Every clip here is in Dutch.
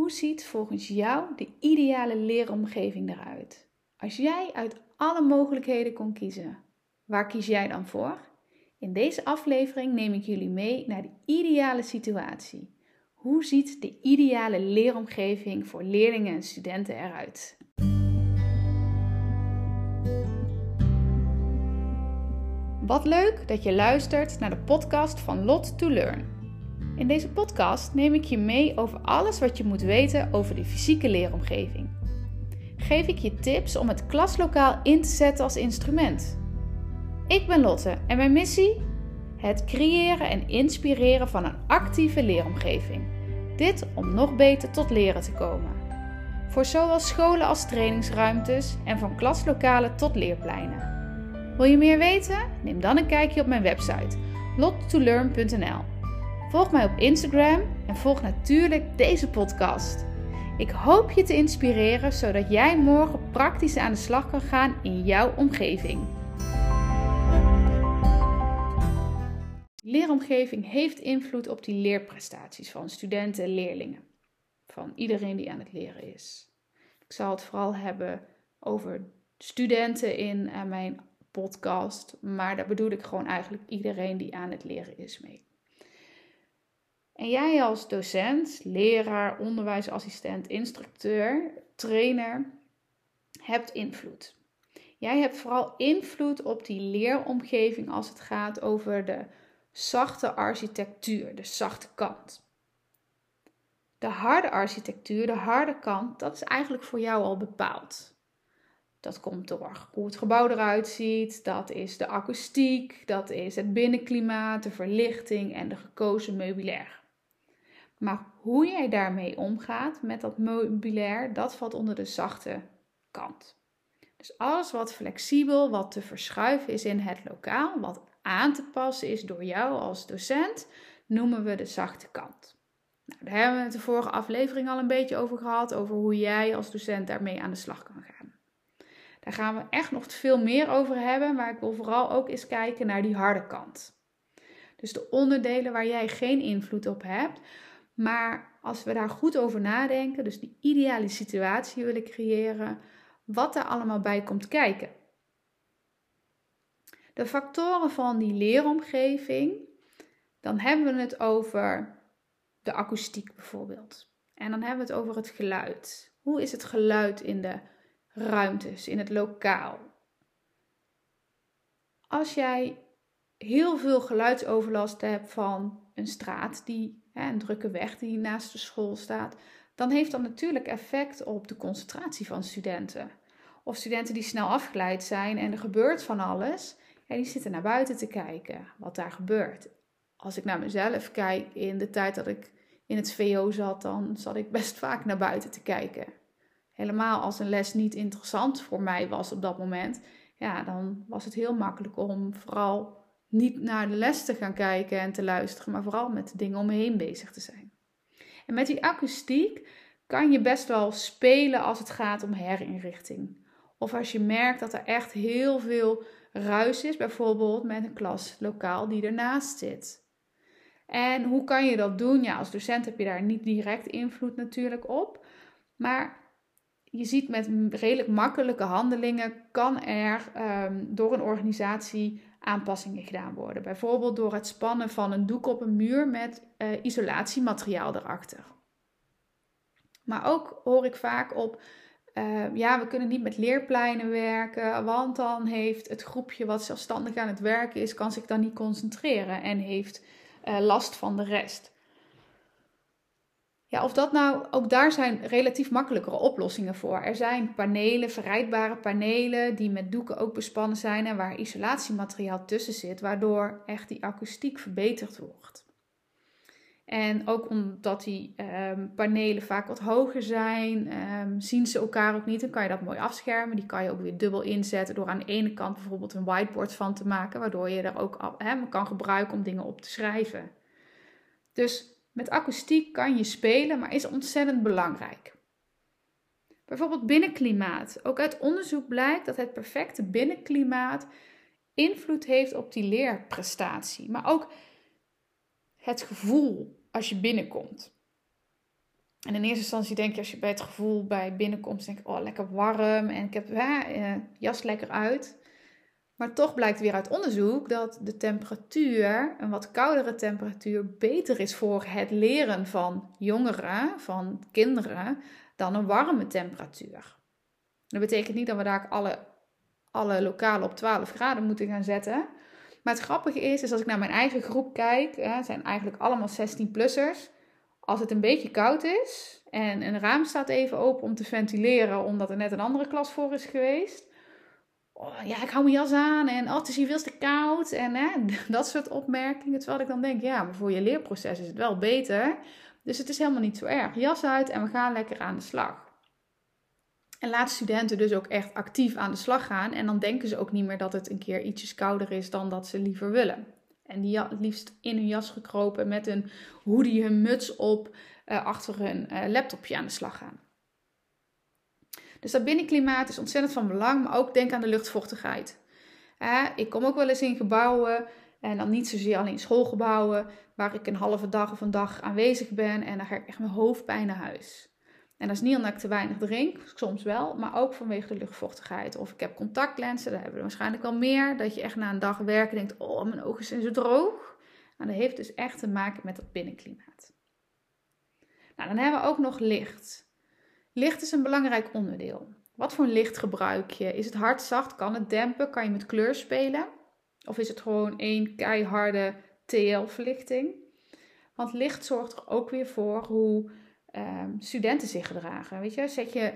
Hoe ziet volgens jou de ideale leeromgeving eruit? Als jij uit alle mogelijkheden kon kiezen, waar kies jij dan voor? In deze aflevering neem ik jullie mee naar de ideale situatie. Hoe ziet de ideale leeromgeving voor leerlingen en studenten eruit? Wat leuk dat je luistert naar de podcast van Lot to Learn. In deze podcast neem ik je mee over alles wat je moet weten over de fysieke leeromgeving. Geef ik je tips om het klaslokaal in te zetten als instrument. Ik ben Lotte en mijn missie? Het creëren en inspireren van een actieve leeromgeving. Dit om nog beter tot leren te komen. Voor zowel scholen als trainingsruimtes en van klaslokalen tot leerpleinen. Wil je meer weten? Neem dan een kijkje op mijn website lottolearn.nl. Volg mij op Instagram en volg natuurlijk deze podcast. Ik hoop je te inspireren zodat jij morgen praktisch aan de slag kan gaan in jouw omgeving. Leeromgeving heeft invloed op die leerprestaties van studenten en leerlingen. Van iedereen die aan het leren is. Ik zal het vooral hebben over studenten in mijn podcast. Maar daar bedoel ik gewoon eigenlijk iedereen die aan het leren is mee. En jij als docent, leraar, onderwijsassistent, instructeur, trainer hebt invloed. Jij hebt vooral invloed op die leeromgeving als het gaat over de zachte architectuur, de zachte kant. De harde architectuur, de harde kant, dat is eigenlijk voor jou al bepaald. Dat komt door hoe het gebouw eruit ziet, dat is de akoestiek, dat is het binnenklimaat, de verlichting en de gekozen meubilair. Maar hoe jij daarmee omgaat met dat meubilair, dat valt onder de zachte kant. Dus alles wat flexibel, wat te verschuiven is in het lokaal, wat aan te passen is door jou als docent, noemen we de zachte kant. Nou, daar hebben we het de vorige aflevering al een beetje over gehad, over hoe jij als docent daarmee aan de slag kan gaan. Daar gaan we echt nog veel meer over hebben, maar ik wil vooral ook eens kijken naar die harde kant. Dus de onderdelen waar jij geen invloed op hebt. Maar als we daar goed over nadenken, dus die ideale situatie willen creëren, wat er allemaal bij komt kijken. De factoren van die leeromgeving, dan hebben we het over de akoestiek bijvoorbeeld. En dan hebben we het over het geluid. Hoe is het geluid in de ruimtes, in het lokaal? Als jij heel veel geluidsoverlast hebt van een straat, een drukke weg die naast de school staat, dan heeft dat natuurlijk effect op de concentratie van studenten. Of studenten die snel afgeleid zijn en er gebeurt van alles, die zitten naar buiten te kijken wat daar gebeurt. Als ik naar mezelf kijk, in de tijd dat ik in het VO zat, dan zat ik best vaak naar buiten te kijken. Helemaal als een les niet interessant voor mij was op dat moment, dan was het heel makkelijk om vooral niet naar de les te gaan kijken en te luisteren, maar vooral met de dingen om me heen bezig te zijn. En met die akoestiek kan je best wel spelen als het gaat om herinrichting. Of als je merkt dat er echt heel veel ruis is, bijvoorbeeld met een klaslokaal die ernaast zit. En hoe kan je dat doen? Ja, als docent heb je daar niet direct invloed natuurlijk op. Maar je ziet met redelijk makkelijke handelingen kan er door een organisatie aanpassingen gedaan worden. Bijvoorbeeld door het spannen van een doek op een muur met isolatiemateriaal erachter. Maar ook hoor ik vaak op, we kunnen niet met leerpleinen werken, want dan heeft het groepje wat zelfstandig aan het werken is, kan zich dan niet concentreren en heeft last van de rest. Ja, of dat nou, ook daar zijn relatief makkelijkere oplossingen voor. Er zijn panelen, verrijdbare panelen, die met doeken ook bespannen zijn en waar isolatiemateriaal tussen zit, waardoor echt die akoestiek verbeterd wordt. En ook omdat die panelen vaak wat hoger zijn, zien ze elkaar ook niet, dan kan je dat mooi afschermen. Die kan je ook weer dubbel inzetten door aan de ene kant bijvoorbeeld een whiteboard van te maken, waardoor je er ook kan gebruiken om dingen op te schrijven. Dus met akoestiek kan je spelen, maar is ontzettend belangrijk. Bijvoorbeeld binnenklimaat. Ook uit onderzoek blijkt dat het perfecte binnenklimaat invloed heeft op die leerprestatie. Maar ook het gevoel als je binnenkomt. En in eerste instantie denk je, als je bij het gevoel bij binnenkomst, denk ik, oh, lekker warm en ik heb jas lekker uit. Maar toch blijkt weer uit onderzoek dat de temperatuur, een wat koudere temperatuur, beter is voor het leren van jongeren, van kinderen, dan een warme temperatuur. Dat betekent niet dat we daar alle lokalen op 12 graden moeten gaan zetten. Maar het grappige is als ik naar mijn eigen groep kijk, het zijn eigenlijk allemaal 16-plussers. Als het een beetje koud is en een raam staat even open om te ventileren, omdat er net een andere klas voor is geweest. Oh, ja, ik hou mijn jas aan en het is hier veel te koud en dat soort opmerkingen. Terwijl ik dan denk, ja, maar voor je leerproces is het wel beter. Dus het is helemaal niet zo erg. Jas uit en we gaan lekker aan de slag. En laat studenten dus ook echt actief aan de slag gaan. En dan denken ze ook niet meer dat het een keer ietsjes kouder is dan dat ze liever willen. En die het liefst in hun jas gekropen met een hoodie, hun muts op, achter hun laptopje aan de slag gaan. Dus dat binnenklimaat is ontzettend van belang, maar ook denk aan de luchtvochtigheid. Ik kom ook wel eens in gebouwen, en dan niet zozeer alleen schoolgebouwen, waar ik een halve dag of een dag aanwezig ben en dan ga ik echt met hoofdpijn naar huis. En dat is niet omdat ik te weinig drink, soms wel, maar ook vanwege de luchtvochtigheid. Of ik heb contactlenzen, daar hebben we waarschijnlijk wel meer. Dat je echt na een dag werken denkt, oh, mijn ogen zijn zo droog. Nou, dat heeft dus echt te maken met dat binnenklimaat. Nou, dan hebben we ook nog licht. Licht is een belangrijk onderdeel. Wat voor licht gebruik je? Is het hard, zacht? Kan het dempen? Kan je met kleur spelen? Of is het gewoon één keiharde TL-verlichting? Want licht zorgt er ook weer voor hoe studenten zich gedragen. Weet je, zet je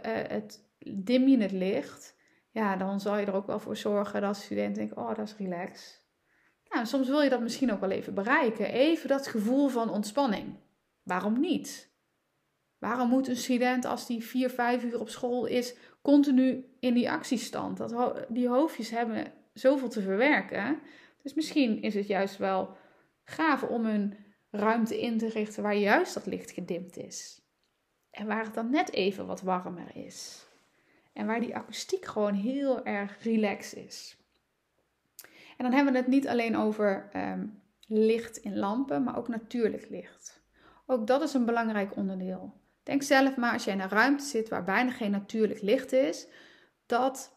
dim je het licht, ja, dan zal je er ook wel voor zorgen dat studenten denken, oh, dat is relax. Nou, soms wil je dat misschien ook wel even bereiken. Even dat gevoel van ontspanning. Waarom niet? Waarom moet een student, als die 4-5 uur op school is, continu in die actiestand? Die hoofdjes hebben zoveel te verwerken. Dus misschien is het juist wel gaaf om een ruimte in te richten waar juist dat licht gedimd is. En waar het dan net even wat warmer is. En waar die akoestiek gewoon heel erg relaxed is. En dan hebben we het niet alleen over licht in lampen, maar ook natuurlijk licht. Ook dat is een belangrijk onderdeel. Denk zelf maar, als jij in een ruimte zit waar bijna geen natuurlijk licht is, dat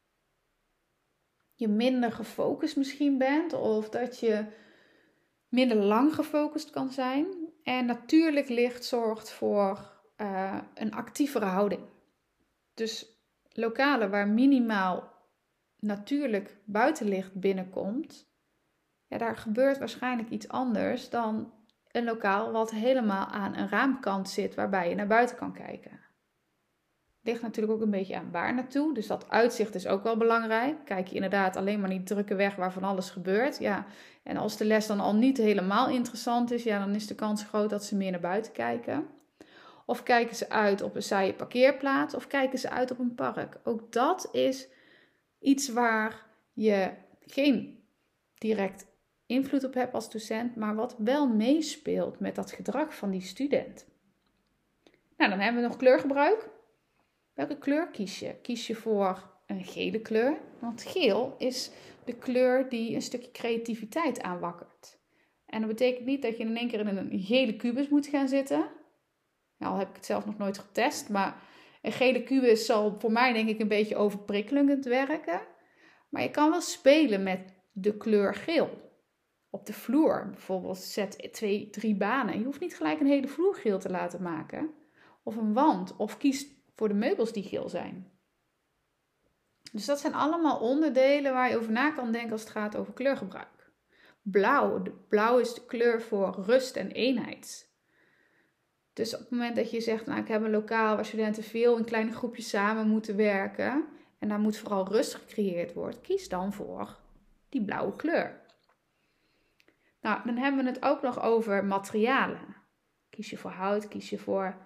je minder gefocust misschien bent of dat je minder lang gefocust kan zijn. En natuurlijk licht zorgt voor een actievere houding. Dus lokalen waar minimaal natuurlijk buitenlicht binnenkomt, ja, daar gebeurt waarschijnlijk iets anders dan een lokaal wat helemaal aan een raamkant zit waarbij je naar buiten kan kijken. Ligt natuurlijk ook een beetje aan waar naartoe, dus dat uitzicht is ook wel belangrijk. Kijk je inderdaad alleen maar niet drukke weg waar van alles gebeurt, ja. En als de les dan al niet helemaal interessant is, ja, dan is de kans groot dat ze meer naar buiten kijken. Of kijken ze uit op een saaie parkeerplaats, of kijken ze uit op een park. Ook dat is iets waar je geen direct invloed op hebt als docent, maar wat wel meespeelt met dat gedrag van die student. Nou, dan hebben we nog kleurgebruik. Welke kleur kies je? Kies je voor een gele kleur? Want geel is de kleur die een stukje creativiteit aanwakkert. En dat betekent niet dat je in één keer in een gele kubus moet gaan zitten. Nou, al heb ik het zelf nog nooit getest, maar een gele kubus zal voor mij denk ik een beetje overprikkelend werken. Maar je kan wel spelen met de kleur geel. Op de vloer bijvoorbeeld zet 2-3 banen. Je hoeft niet gelijk een hele vloer geel te laten maken. Of een wand. Of kies voor de meubels die geel zijn. Dus dat zijn allemaal onderdelen waar je over na kan denken als het gaat over kleurgebruik. Blauw. Blauw is de kleur voor rust en eenheid. Dus op het moment dat je zegt, nou, ik heb een lokaal waar studenten veel in kleine groepjes samen moeten werken. En daar moet vooral rust gecreëerd worden. Kies dan voor die blauwe kleur. Nou, dan hebben we het ook nog over materialen. Kies je voor hout, kies je voor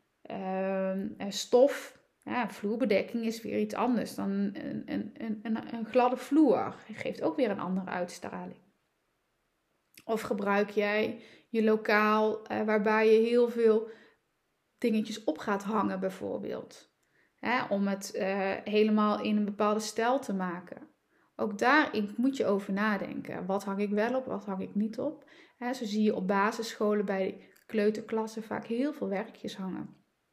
stof. Ja, vloerbedekking is weer iets anders dan een gladde vloer. Geeft ook weer een andere uitstraling. Of gebruik jij je lokaal waarbij je heel veel dingetjes op gaat hangen bijvoorbeeld. Om het helemaal in een bepaalde stijl te maken. Ook daarin moet je over nadenken. Wat hang ik wel op, wat hang ik niet op? Zo zie je op basisscholen bij kleuterklassen vaak heel veel werkjes hangen.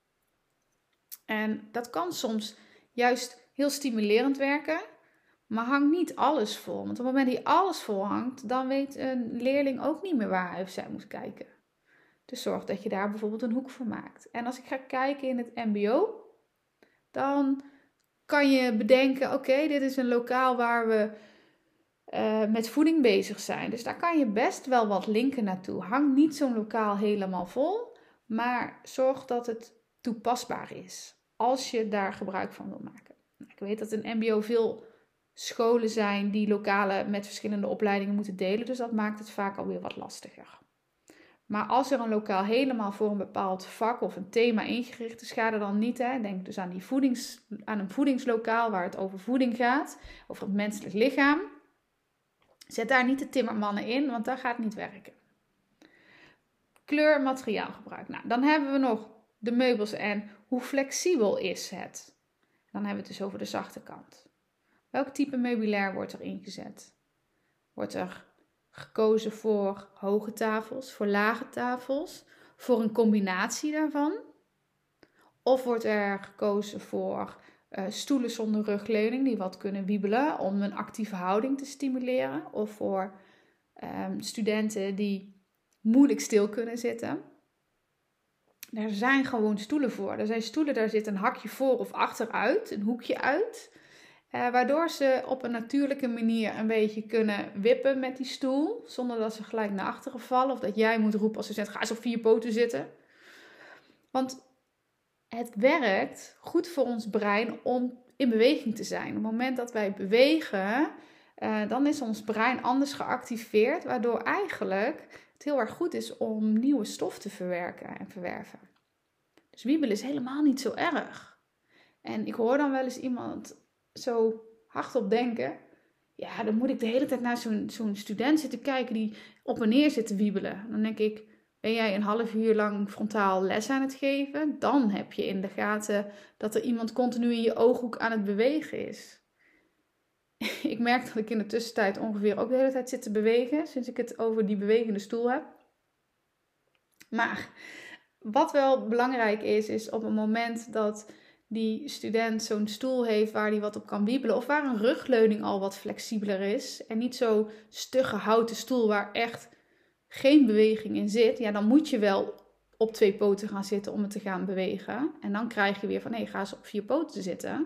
En dat kan soms juist heel stimulerend werken, maar hang niet alles vol. Want op het moment dat je alles vol hangt, dan weet een leerling ook niet meer waar hij of zij moet kijken. Dus zorg dat je daar bijvoorbeeld een hoek voor maakt. En als ik ga kijken in het mbo, dan kan je bedenken, oké, dit is een lokaal waar we met voeding bezig zijn. Dus daar kan je best wel wat linken naartoe. Hang niet zo'n lokaal helemaal vol, maar zorg dat het toepasbaar is als je daar gebruik van wil maken. Ik weet dat in mbo veel scholen zijn die lokalen met verschillende opleidingen moeten delen, dus dat maakt het vaak alweer wat lastiger. Maar als er een lokaal helemaal voor een bepaald vak of een thema ingericht is, ga er dan niet. Denk dus aan een voedingslokaal waar het over voeding gaat, over het menselijk lichaam. Zet daar niet de timmermannen in, want dat gaat niet werken. Kleur, materiaalgebruik. Nou, dan hebben we nog de meubels en hoe flexibel is het? Dan hebben we het dus over de zachte kant. Welk type meubilair wordt er ingezet? Wordt er gekozen voor hoge tafels, voor lage tafels, voor een combinatie daarvan? Of wordt er gekozen voor stoelen zonder rugleuning die wat kunnen wiebelen om een actieve houding te stimuleren? Of voor studenten die moeilijk stil kunnen zitten? Er zijn gewoon stoelen voor. Er zijn stoelen, daar zit een hakje voor of achteruit, een hoekje uit. Waardoor ze op een natuurlijke manier een beetje kunnen wippen met die stoel. Zonder dat ze gelijk naar achteren vallen. Of dat jij moet roepen als ze zegt, ga eens op 4 poten zitten. Want het werkt goed voor ons brein om in beweging te zijn. Op het moment dat wij bewegen, dan is ons brein anders geactiveerd. Waardoor eigenlijk het heel erg goed is om nieuwe stof te verwerken en verwerven. Dus wiebelen is helemaal niet zo erg. En ik hoor dan wel eens iemand zo hardop denken, ja, dan moet ik de hele tijd naar zo'n student zitten kijken die op en neer zit te wiebelen. Dan denk ik, ben jij een half uur lang frontaal les aan het geven? Dan heb je in de gaten dat er iemand continu in je ooghoek aan het bewegen is. Ik merk dat ik in de tussentijd ongeveer ook de hele tijd zit te bewegen, sinds ik het over die bewegende stoel heb. Maar wat wel belangrijk is op het moment dat die student zo'n stoel heeft waar hij wat op kan wiebelen, of waar een rugleuning al wat flexibeler is en niet zo'n stugge houten stoel waar echt geen beweging in zit, ja, dan moet je wel op 2 poten gaan zitten om het te gaan bewegen. En dan krijg je weer van, ga eens op 4 poten zitten.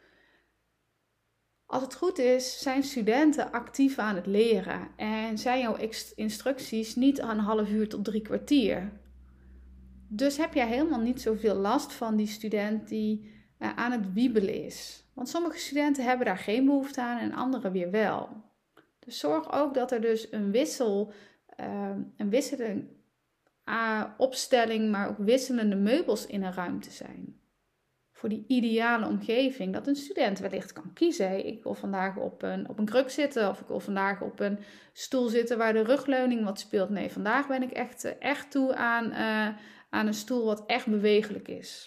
Als het goed is, zijn studenten actief aan het leren en zijn jouw instructies niet aan een half uur tot 3 kwartier. Dus heb jij helemaal niet zoveel last van die student die aan het wiebelen is. Want sommige studenten hebben daar geen behoefte aan en anderen weer wel. Dus zorg ook dat er dus een wisselende opstelling, maar ook wisselende meubels in een ruimte zijn. Voor die ideale omgeving, dat een student wellicht kan kiezen. Ik wil vandaag op een kruk zitten of ik wil vandaag op een stoel zitten waar de rugleuning wat speelt. Nee, vandaag ben ik echt toe aan een stoel wat echt bewegelijk is.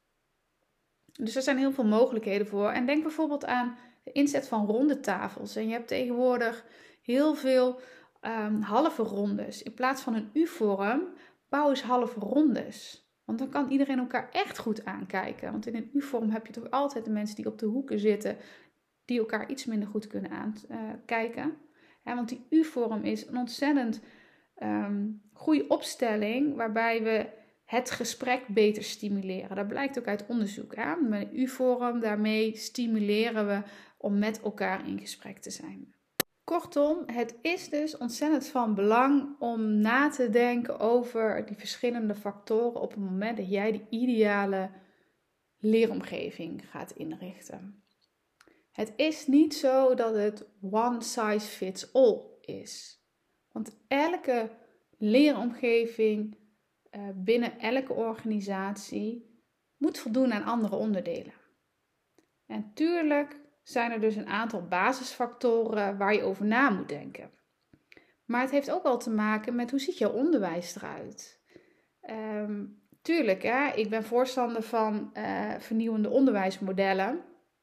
Dus er zijn heel veel mogelijkheden voor. En denk bijvoorbeeld aan de inzet van ronde tafels. En je hebt tegenwoordig heel veel halve rondes. In plaats van een U-vorm, bouw eens halve rondes. Want dan kan iedereen elkaar echt goed aankijken. Want in een U-vorm heb je toch altijd de mensen die op de hoeken zitten, die elkaar iets minder goed kunnen aankijken. Want die U-vorm is een ontzettend goede opstelling waarbij we het gesprek beter stimuleren. Dat blijkt ook uit onderzoek. Met een U-vorm, daarmee stimuleren we om met elkaar in gesprek te zijn. Kortom, het is dus ontzettend van belang om na te denken over die verschillende factoren op het moment dat jij de ideale leeromgeving gaat inrichten. Het is niet zo dat het one size fits all is. Want elke leeromgeving binnen elke organisatie moet voldoen aan andere onderdelen. En tuurlijk zijn er dus een aantal basisfactoren waar je over na moet denken. Maar het heeft ook wel te maken met hoe ziet jouw onderwijs eruit. Tuurlijk, ik ben voorstander van vernieuwende onderwijsmodellen.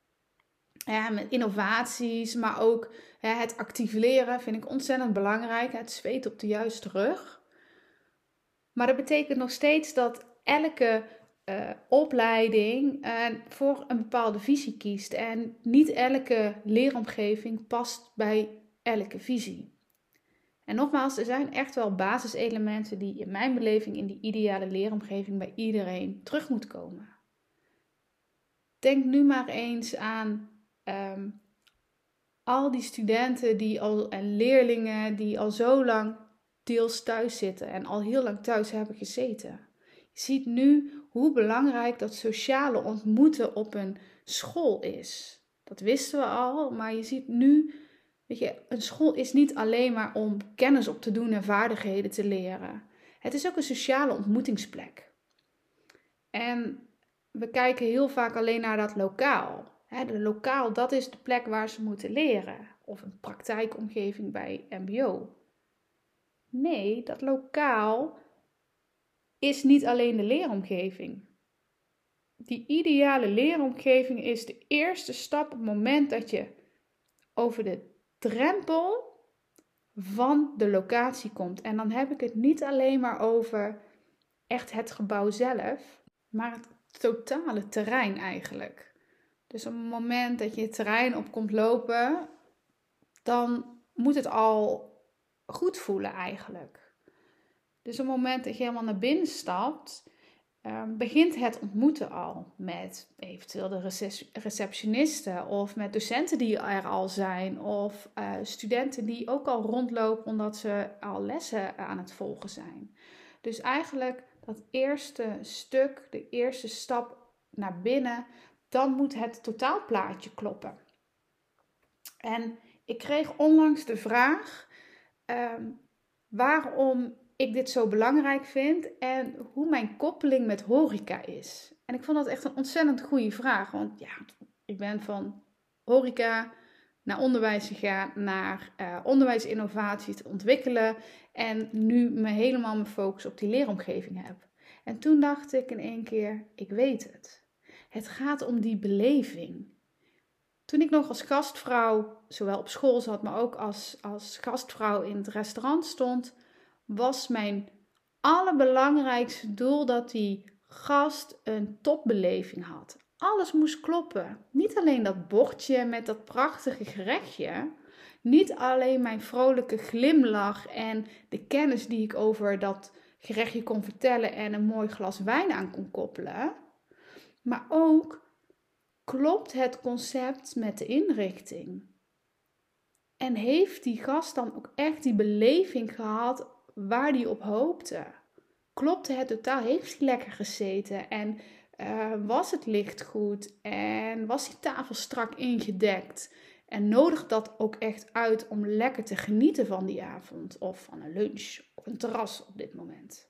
Met innovaties, maar ook het actief leren vind ik ontzettend belangrijk. Het zweet op de juiste rug. Maar dat betekent nog steeds dat elke opleiding voor een bepaalde visie kiest. En niet elke leeromgeving past bij elke visie. En nogmaals, er zijn echt wel basiselementen die in mijn beleving in die ideale leeromgeving bij iedereen terug moet komen. Denk nu maar eens aan al die studenten en leerlingen die al zo lang deels thuis zitten en al heel lang thuis hebben gezeten. Je ziet nu hoe belangrijk dat sociale ontmoeten op een school is. Dat wisten we al, maar je ziet nu, weet je, een school is niet alleen maar om kennis op te doen en vaardigheden te leren. Het is ook een sociale ontmoetingsplek. En we kijken heel vaak alleen naar dat lokaal. De lokaal, dat is de plek waar ze moeten leren. Of een praktijkomgeving bij MBO. Nee, dat lokaal is niet alleen de leeromgeving. Die ideale leeromgeving is de eerste stap op het moment dat je over de drempel van de locatie komt. En dan heb ik het niet alleen maar over echt het gebouw zelf, maar het totale terrein eigenlijk. Dus op het moment dat je het terrein op komt lopen, dan moet het al goed voelen eigenlijk. Dus op het moment dat je helemaal naar binnen stapt, begint het ontmoeten al met eventueel de receptionisten of met docenten die er al zijn of studenten die ook al rondlopen omdat ze al lessen aan het volgen zijn. Dus eigenlijk dat eerste stuk, de eerste stap naar binnen, dan moet het totaalplaatje kloppen. En ik kreeg onlangs de vraag waarom ik dit zo belangrijk vind en hoe mijn koppeling met horeca is. En ik vond dat echt een ontzettend goede vraag, want ja, ik ben van horeca naar onderwijs gegaan, naar onderwijsinnovatie te ontwikkelen en nu helemaal mijn focus op die leeromgeving heb. En toen dacht ik in één keer, ik weet het. Het gaat om die beleving. Toen ik nog als gastvrouw, zowel op school zat, maar ook als gastvrouw in het restaurant stond, was mijn allerbelangrijkste doel dat die gast een topbeleving had. Alles moest kloppen. Niet alleen dat bordje met dat prachtige gerechtje. Niet alleen mijn vrolijke glimlach en de kennis die ik over dat gerechtje kon vertellen en een mooi glas wijn aan kon koppelen. Maar ook klopt het concept met de inrichting. En heeft die gast dan ook echt die beleving gehad waar die op hoopte? Klopte het totaal? Heeft hij lekker gezeten? En was het licht goed? En was die tafel strak ingedekt? En nodigt dat ook echt uit om lekker te genieten van die avond? Of van een lunch op een terras op dit moment?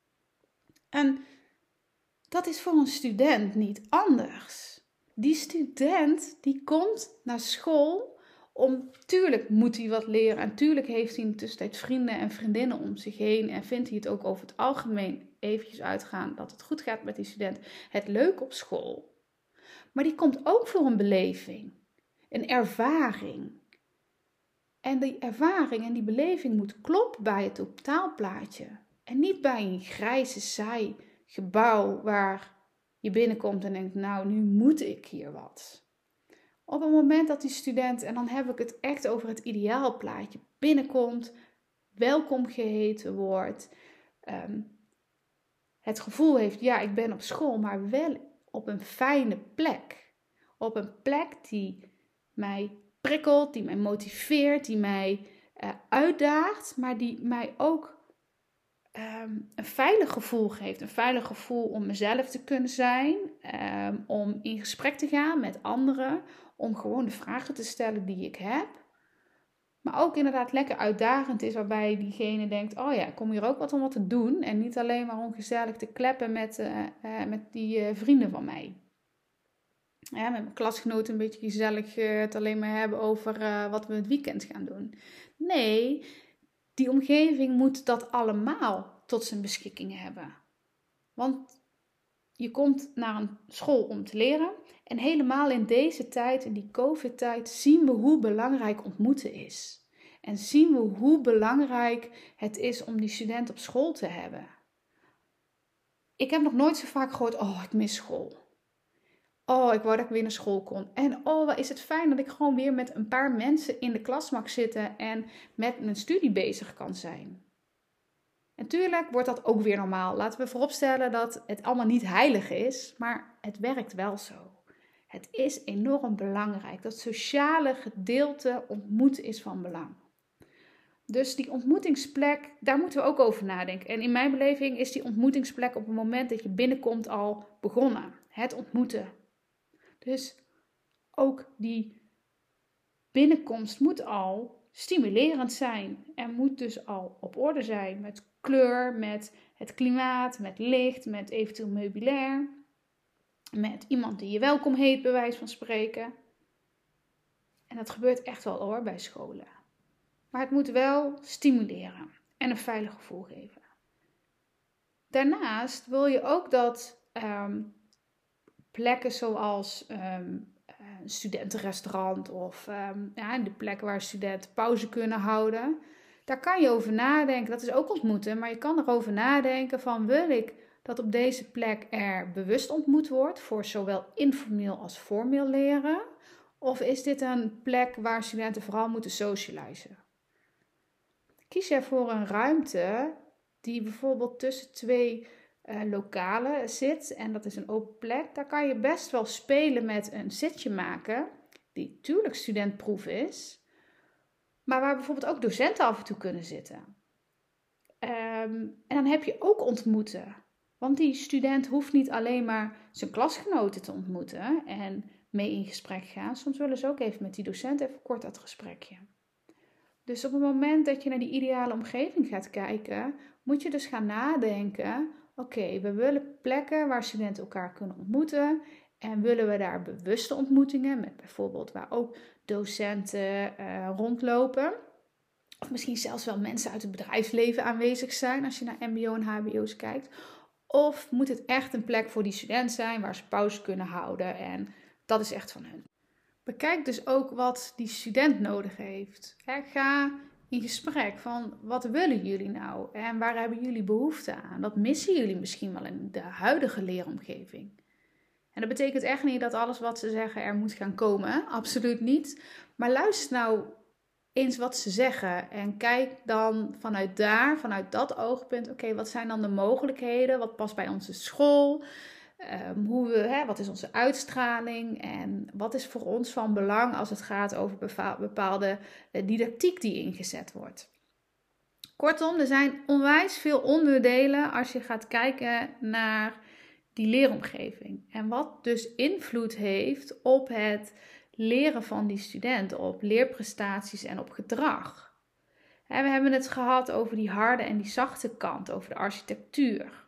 En dat is voor een student niet anders. Die student die komt naar school tuurlijk moet hij wat leren en tuurlijk heeft hij in de tussentijd vrienden en vriendinnen om zich heen en vindt hij het ook over het algemeen eventjes uitgaan dat het goed gaat met die student, het leuk op school. Maar die komt ook voor een beleving, een ervaring. En die ervaring en die beleving moet kloppen bij het totaalplaatje en niet bij een grijze, saai gebouw waar je binnenkomt en denkt, nou, nu moet ik hier wat. Op het moment dat die student, en dan heb ik het echt over het ideaalplaatje, binnenkomt, welkom geheten wordt, het gevoel heeft, ja, ik ben op school, maar wel op een fijne plek. Op een plek die mij prikkelt, die mij motiveert, die mij uitdaagt, maar die mij ook een veilig gevoel geeft. Een veilig gevoel om mezelf te kunnen zijn, om in gesprek te gaan met anderen, om gewoon de vragen te stellen die ik heb. Maar ook inderdaad lekker uitdagend is, waarbij diegene denkt, oh ja, ik kom hier ook wat om wat te doen. En niet alleen maar om gezellig te kleppen met die vrienden van mij. Ja, met mijn klasgenoten een beetje gezellig het alleen maar hebben over wat we het weekend gaan doen. Nee, die omgeving moet dat allemaal tot zijn beschikking hebben. Want je komt naar een school om te leren. En helemaal in deze tijd, in die COVID-tijd, zien we hoe belangrijk ontmoeten is. En zien we hoe belangrijk het is om die student op school te hebben. Ik heb nog nooit zo vaak gehoord, oh, ik mis school. Oh, ik wou dat ik weer naar school kon. En oh, wat is het fijn dat ik gewoon weer met een paar mensen in de klas mag zitten en met mijn studie bezig kan zijn. En tuurlijk wordt dat ook weer normaal. Laten we vooropstellen dat het allemaal niet heilig is, maar het werkt wel zo. Het is enorm belangrijk. Dat sociale gedeelte ontmoeten is van belang. Dus die ontmoetingsplek, daar moeten we ook over nadenken. En in mijn beleving is die ontmoetingsplek op het moment dat je binnenkomt al begonnen. Het ontmoeten. Dus ook die binnenkomst moet al stimulerend zijn. En moet dus al op orde zijn met kleur, met het klimaat, met licht, met eventueel meubilair. Met iemand die je welkom heet, bij wijze van spreken. En dat gebeurt echt wel hoor, bij scholen. Maar het moet wel stimuleren en een veilig gevoel geven. Daarnaast wil je ook dat plekken zoals een studentenrestaurant of de plekken waar studenten pauze kunnen houden. Daar kan je over nadenken. Dat is ook ontmoeten, maar je kan erover nadenken van wil ik dat op deze plek er bewust ontmoet wordt voor zowel informeel als formeel leren? Of is dit een plek waar studenten vooral moeten socializen? Kies je voor een ruimte die bijvoorbeeld tussen twee lokalen zit en dat is een open plek, daar kan je best wel spelen met een zitje maken, die natuurlijk studentproof is, maar waar bijvoorbeeld ook docenten af en toe kunnen zitten. En dan heb je ook ontmoeten. Want die student hoeft niet alleen maar zijn klasgenoten te ontmoeten en mee in gesprek gaan. Soms willen ze ook even met die docent even kort dat gesprekje. Dus op het moment dat je naar die ideale omgeving gaat kijken, moet je dus gaan nadenken. Oké, we willen plekken waar studenten elkaar kunnen ontmoeten. En willen we daar bewuste ontmoetingen, met bijvoorbeeld waar ook docenten rondlopen. Of misschien zelfs wel mensen uit het bedrijfsleven aanwezig zijn als je naar mbo en hbo's kijkt. Of moet het echt een plek voor die student zijn waar ze pauze kunnen houden en dat is echt van hun. Bekijk dus ook wat die student nodig heeft. Ga in gesprek van wat willen jullie nou en waar hebben jullie behoefte aan? Wat missen jullie misschien wel in de huidige leeromgeving? En dat betekent echt niet dat alles wat ze zeggen er moet gaan komen. Absoluut niet. Maar luister nou eens wat ze zeggen. En kijk dan vanuit dat oogpunt. Oké, wat zijn dan de mogelijkheden? Wat past bij onze school? Wat is onze uitstraling? En wat is voor ons van belang als het gaat over bepaalde didactiek die ingezet wordt? Kortom, er zijn onwijs veel onderdelen als je gaat kijken naar die leeromgeving. En wat dus invloed heeft op het leren van die student, op leerprestaties en op gedrag. We hebben het gehad over die harde en die zachte kant, over de architectuur.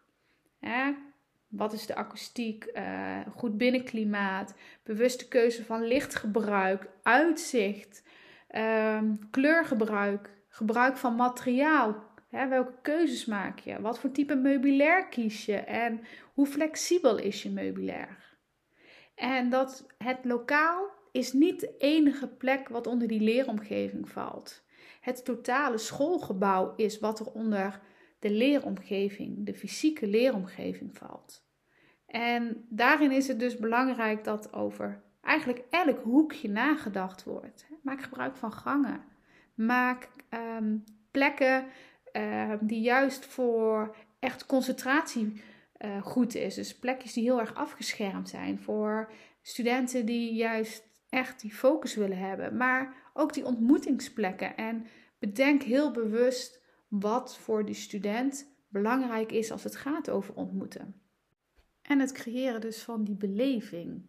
Wat is de akoestiek, goed binnenklimaat, bewuste keuze van lichtgebruik, uitzicht, kleurgebruik, gebruik van materiaal. Welke keuzes maak je? Wat voor type meubilair kies je? En hoe flexibel is je meubilair? En dat het lokaal is niet de enige plek wat onder die leeromgeving valt. Het totale schoolgebouw is wat er onder de leeromgeving, de fysieke leeromgeving valt. En daarin is het dus belangrijk dat over eigenlijk elk hoekje nagedacht wordt. Maak gebruik van gangen. Maak plekken die juist voor echt concentratie goed is. Dus plekjes die heel erg afgeschermd zijn voor studenten die juist echt die focus willen hebben. Maar ook die ontmoetingsplekken. En bedenk heel bewust wat voor die student belangrijk is als het gaat over ontmoeten. En het creëren dus van die beleving.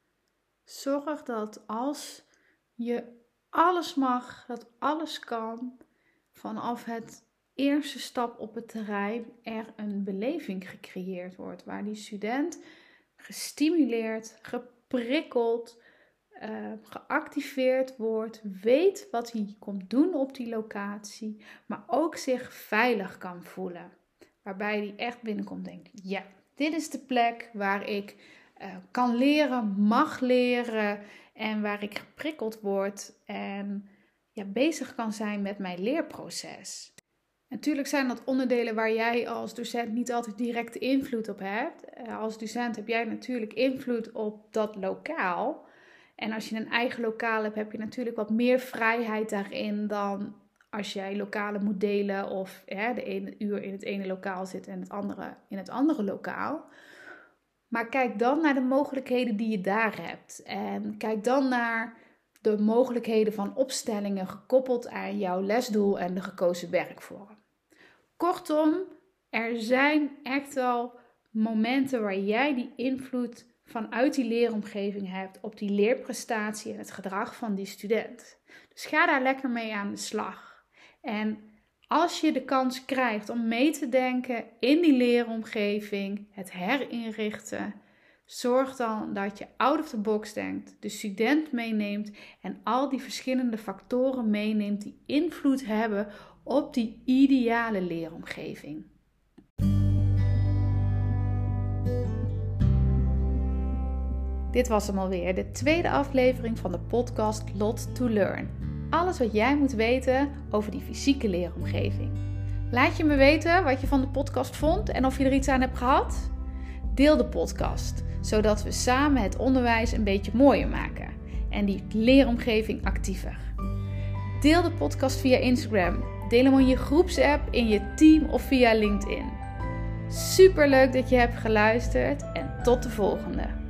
Zorg dat als je alles mag, dat alles kan, vanaf het eerste stap op het terrein er een beleving gecreëerd wordt. Waar die student gestimuleerd, geprikkeld, geactiveerd wordt, weet wat hij komt doen op die locatie, maar ook zich veilig kan voelen. Waarbij hij echt binnenkomt en denkt, ja, dit is de plek waar ik kan leren, mag leren en waar ik geprikkeld word en bezig kan zijn met mijn leerproces. Natuurlijk zijn dat onderdelen waar jij als docent niet altijd direct invloed op hebt. Als docent heb jij natuurlijk invloed op dat lokaal. En als je een eigen lokaal hebt, heb je natuurlijk wat meer vrijheid daarin dan als jij lokalen moet delen of de ene uur in het ene lokaal zit en het andere in het andere lokaal. Maar kijk dan naar de mogelijkheden die je daar hebt. En kijk dan naar de mogelijkheden van opstellingen gekoppeld aan jouw lesdoel en de gekozen werkvorm. Kortom, er zijn echt wel momenten waar jij die invloed vanuit die leeromgeving hebt op die leerprestatie en het gedrag van die student. Dus ga daar lekker mee aan de slag. En als je de kans krijgt om mee te denken in die leeromgeving, het herinrichten, zorg dan dat je out of the box denkt, de student meeneemt en al die verschillende factoren meeneemt die invloed hebben op die ideale leeromgeving. Dit was hem alweer, de tweede aflevering van de podcast Lot to Learn. Alles wat jij moet weten over die fysieke leeromgeving. Laat je me weten wat je van de podcast vond en of je er iets aan hebt gehad. Deel de podcast, zodat we samen het onderwijs een beetje mooier maken en die leeromgeving actiever. Deel de podcast via Instagram. Deel hem in je groepsapp, in je team of via LinkedIn. Super leuk dat je hebt geluisterd en tot de volgende.